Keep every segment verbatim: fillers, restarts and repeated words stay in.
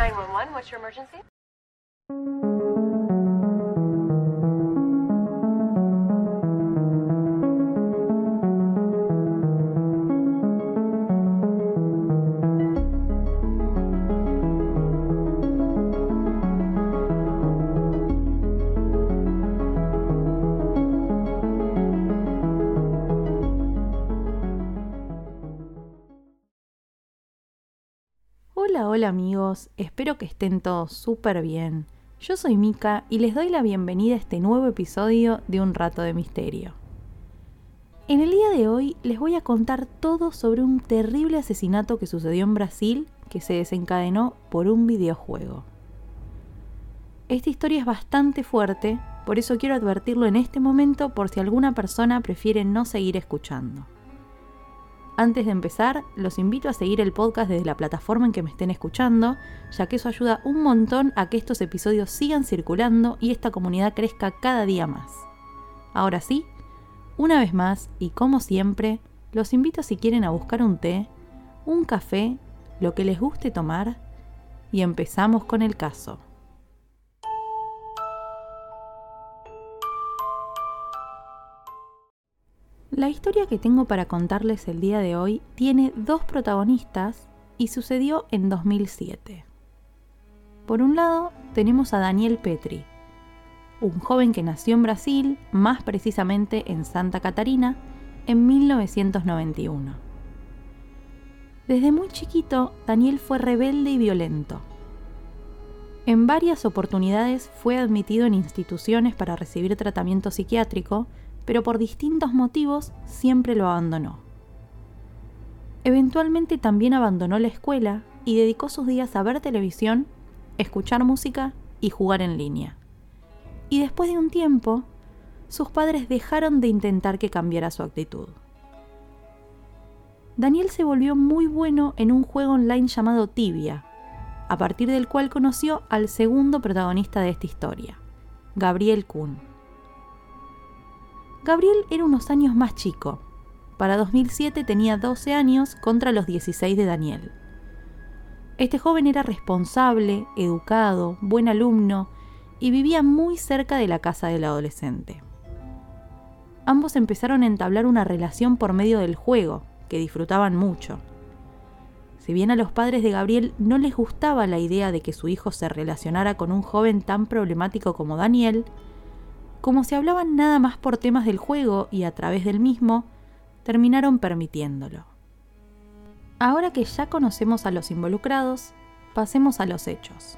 nine one one, what's your emergency? Hola, hola amigos, espero que estén todos súper bien. Yo soy Mika y les doy la bienvenida a este nuevo episodio de Un Rato de Misterio. En el día de hoy les voy a contar todo sobre un terrible asesinato que sucedió en Brasil que se desencadenó por un videojuego. Esta historia es bastante fuerte, por eso quiero advertirlo en este momento por si alguna persona prefiere no seguir escuchando. Antes de empezar, los invito a seguir el podcast desde la plataforma en que me estén escuchando, ya que eso ayuda un montón a que estos episodios sigan circulando y esta comunidad crezca cada día más. Ahora sí, una vez más, y como siempre, los invito si quieren a buscar un té, un café, lo que les guste tomar, y empezamos con el caso. La historia que tengo para contarles el día de hoy tiene dos protagonistas y sucedió en dos mil siete. Por un lado, tenemos a Daniel Petri, un joven que nació en Brasil, más precisamente en Santa Catarina, en mil novecientos noventa y uno. Desde muy chiquito, Daniel fue rebelde y violento. En varias oportunidades fue admitido en instituciones para recibir tratamiento psiquiátrico, pero por distintos motivos siempre lo abandonó. Eventualmente también abandonó la escuela y dedicó sus días a ver televisión, escuchar música y jugar en línea. Y después de un tiempo, sus padres dejaron de intentar que cambiara su actitud. Daniel se volvió muy bueno en un juego online llamado Tibia, a partir del cual conoció al segundo protagonista de esta historia, Gabriel Kuhn. Gabriel era unos años más chico. Para dos mil siete tenía doce años contra los dieciséis de Daniel. Este joven era responsable, educado, buen alumno y vivía muy cerca de la casa del adolescente. Ambos empezaron a entablar una relación por medio del juego, que disfrutaban mucho. Si bien a los padres de Gabriel no les gustaba la idea de que su hijo se relacionara con un joven tan problemático como Daniel, como se hablaban nada más por temas del juego y a través del mismo, terminaron permitiéndolo. Ahora que ya conocemos a los involucrados, pasemos a los hechos.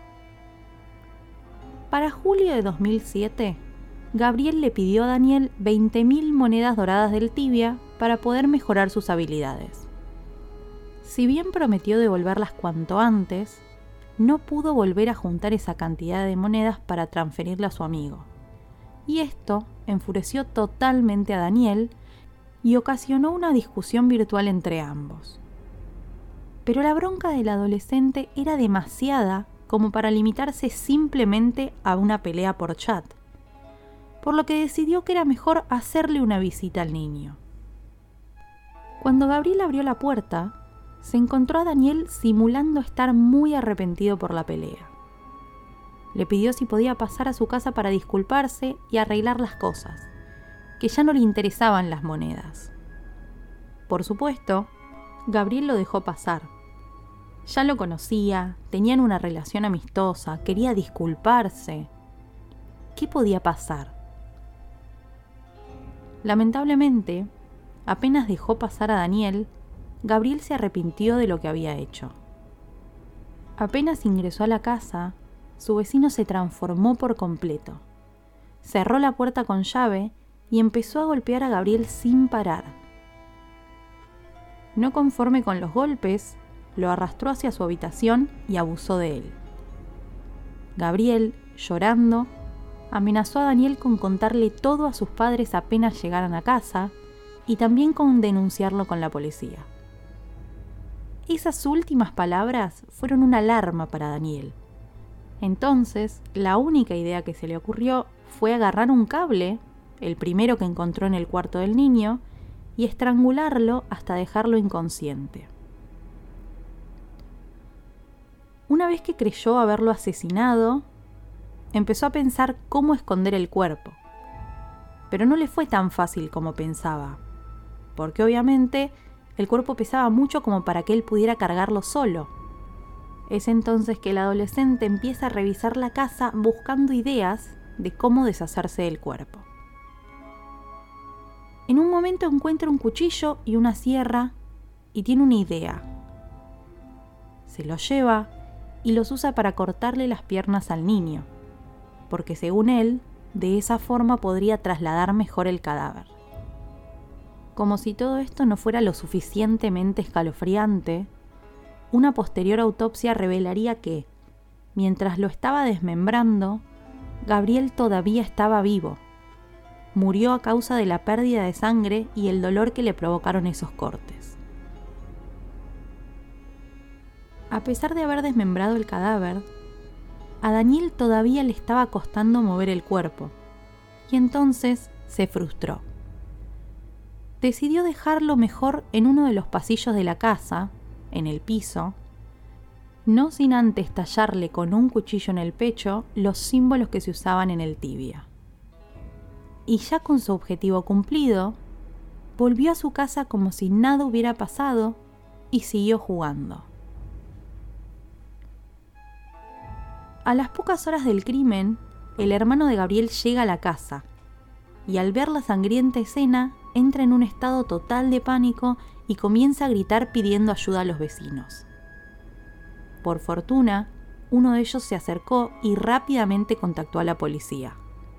Para julio de dos mil siete, Gabriel le pidió a Daniel veinte mil monedas doradas del Tibia para poder mejorar sus habilidades. Si bien prometió devolverlas cuanto antes, no pudo volver a juntar esa cantidad de monedas para transferirla a su amigo. Y esto enfureció totalmente a Daniel y ocasionó una discusión virtual entre ambos. Pero la bronca del adolescente era demasiada como para limitarse simplemente a una pelea por chat, por lo que decidió que era mejor hacerle una visita al niño. Cuando Gabriel abrió la puerta, se encontró a Daniel simulando estar muy arrepentido por la pelea. Le pidió si podía pasar a su casa para disculparse y arreglar las cosas, que ya no le interesaban las monedas. Por supuesto, Gabriel lo dejó pasar. Ya lo conocía, tenían una relación amistosa, quería disculparse. ¿Qué podía pasar? Lamentablemente, apenas dejó pasar a Daniel, Gabriel se arrepintió de lo que había hecho. Apenas ingresó a la casa, su vecino se transformó por completo. Cerró la puerta con llave y empezó a golpear a Gabriel sin parar. No conforme con los golpes, lo arrastró hacia su habitación y abusó de él. Gabriel, llorando, amenazó a Daniel con contarle todo a sus padres apenas llegaran a casa y también con denunciarlo con la policía. Esas últimas palabras fueron una alarma para Daniel. Entonces, la única idea que se le ocurrió fue agarrar un cable, el primero que encontró en el cuarto del niño, y estrangularlo hasta dejarlo inconsciente. Una una vez que creyó haberlo asesinado, empezó a pensar cómo esconder el cuerpo. Pero no le fue tan fácil como pensaba, porque obviamente el cuerpo pesaba mucho como para que él pudiera cargarlo solo. Es entonces que el adolescente empieza a revisar la casa buscando ideas de cómo deshacerse del cuerpo. En un momento encuentra un cuchillo y una sierra y tiene una idea. Se los lleva y los usa para cortarle las piernas al niño, porque según él, de esa forma podría trasladar mejor el cadáver. Como si todo esto no fuera lo suficientemente escalofriante, una posterior autopsia revelaría que, mientras lo estaba desmembrando, Gabriel todavía estaba vivo. Murió a causa de la pérdida de sangre y el dolor que le provocaron esos cortes. A pesar de haber desmembrado el cadáver, a Daniel todavía le estaba costando mover el cuerpo, y entonces se frustró. Decidió dejarlo mejor en uno de los pasillos de la casa, en el piso, no sin antes tallarle con un cuchillo en el pecho los símbolos que se usaban en el tibia. Y ya con su objetivo cumplido, volvió a su casa como si nada hubiera pasado y siguió jugando. A las pocas horas del crimen, el hermano de Gabriel llega a la casa y al ver la sangrienta escena entra en un estado total de pánico y comienza a gritar pidiendo ayuda a los vecinos. Por fortuna, uno de ellos se acercó y rápidamente contactó a la policía.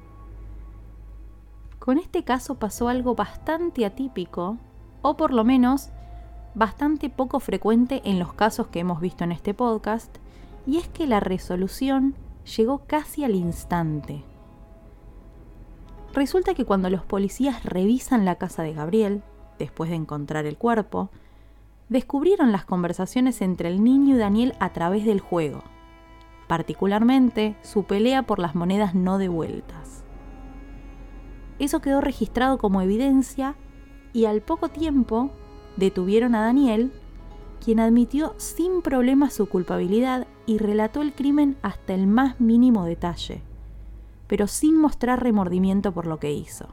Con este caso pasó algo bastante atípico, o por lo menos bastante poco frecuente en los casos que hemos visto en este podcast, y es que la resolución llegó casi al instante. Resulta que cuando los policías revisan la casa de Gabriel, después de encontrar el cuerpo, descubrieron las conversaciones entre el niño y Daniel a través del juego, particularmente su pelea por las monedas no devueltas. Eso quedó registrado como evidencia y al poco tiempo detuvieron a Daniel, quien admitió sin problema su culpabilidad y relató el crimen hasta el más mínimo detalle, pero sin mostrar remordimiento por lo que hizo.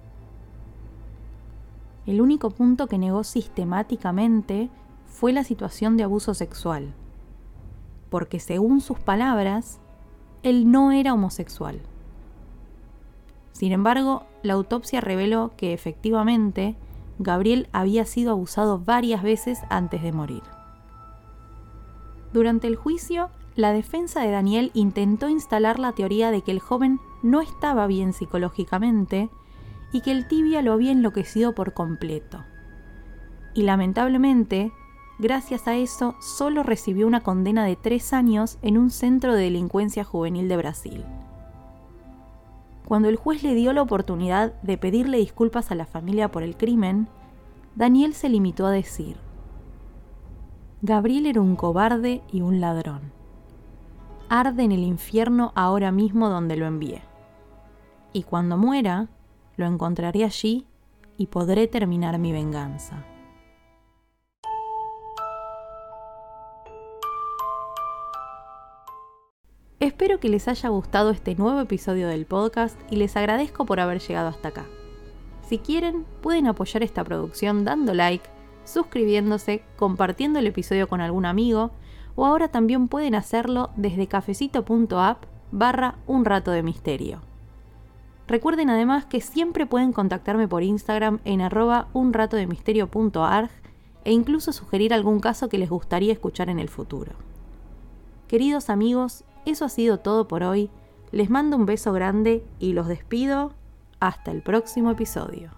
El único punto que negó sistemáticamente fue la situación de abuso sexual, porque según sus palabras, él no era homosexual. Sin embargo, la autopsia reveló que efectivamente Gabriel había sido abusado varias veces antes de morir. Durante el juicio, la defensa de Daniel intentó instalar la teoría de que el joven no estaba bien psicológicamente y que el tibia lo había enloquecido por completo. Y lamentablemente, gracias a eso, solo recibió una condena de tres años en un centro de delincuencia juvenil de Brasil. Cuando el juez le dio la oportunidad de pedirle disculpas a la familia por el crimen, Daniel se limitó a decir: Gabriel era un cobarde y un ladrón. Arde en el infierno ahora mismo donde lo envié. Y cuando muera, lo encontraré allí y podré terminar mi venganza. Espero que les haya gustado este nuevo episodio del podcast y les agradezco por haber llegado hasta acá. Si quieren, pueden apoyar esta producción dando like, suscribiéndose, compartiendo el episodio con algún amigo, o ahora también pueden hacerlo desde cafecito.app barra un rato de misterio. Recuerden además que siempre pueden contactarme por Instagram en arroba unratodemisterio.arg e incluso sugerir algún caso que les gustaría escuchar en el futuro. Queridos amigos, eso ha sido todo por hoy. Les mando un beso grande y los despido. Hasta el próximo episodio.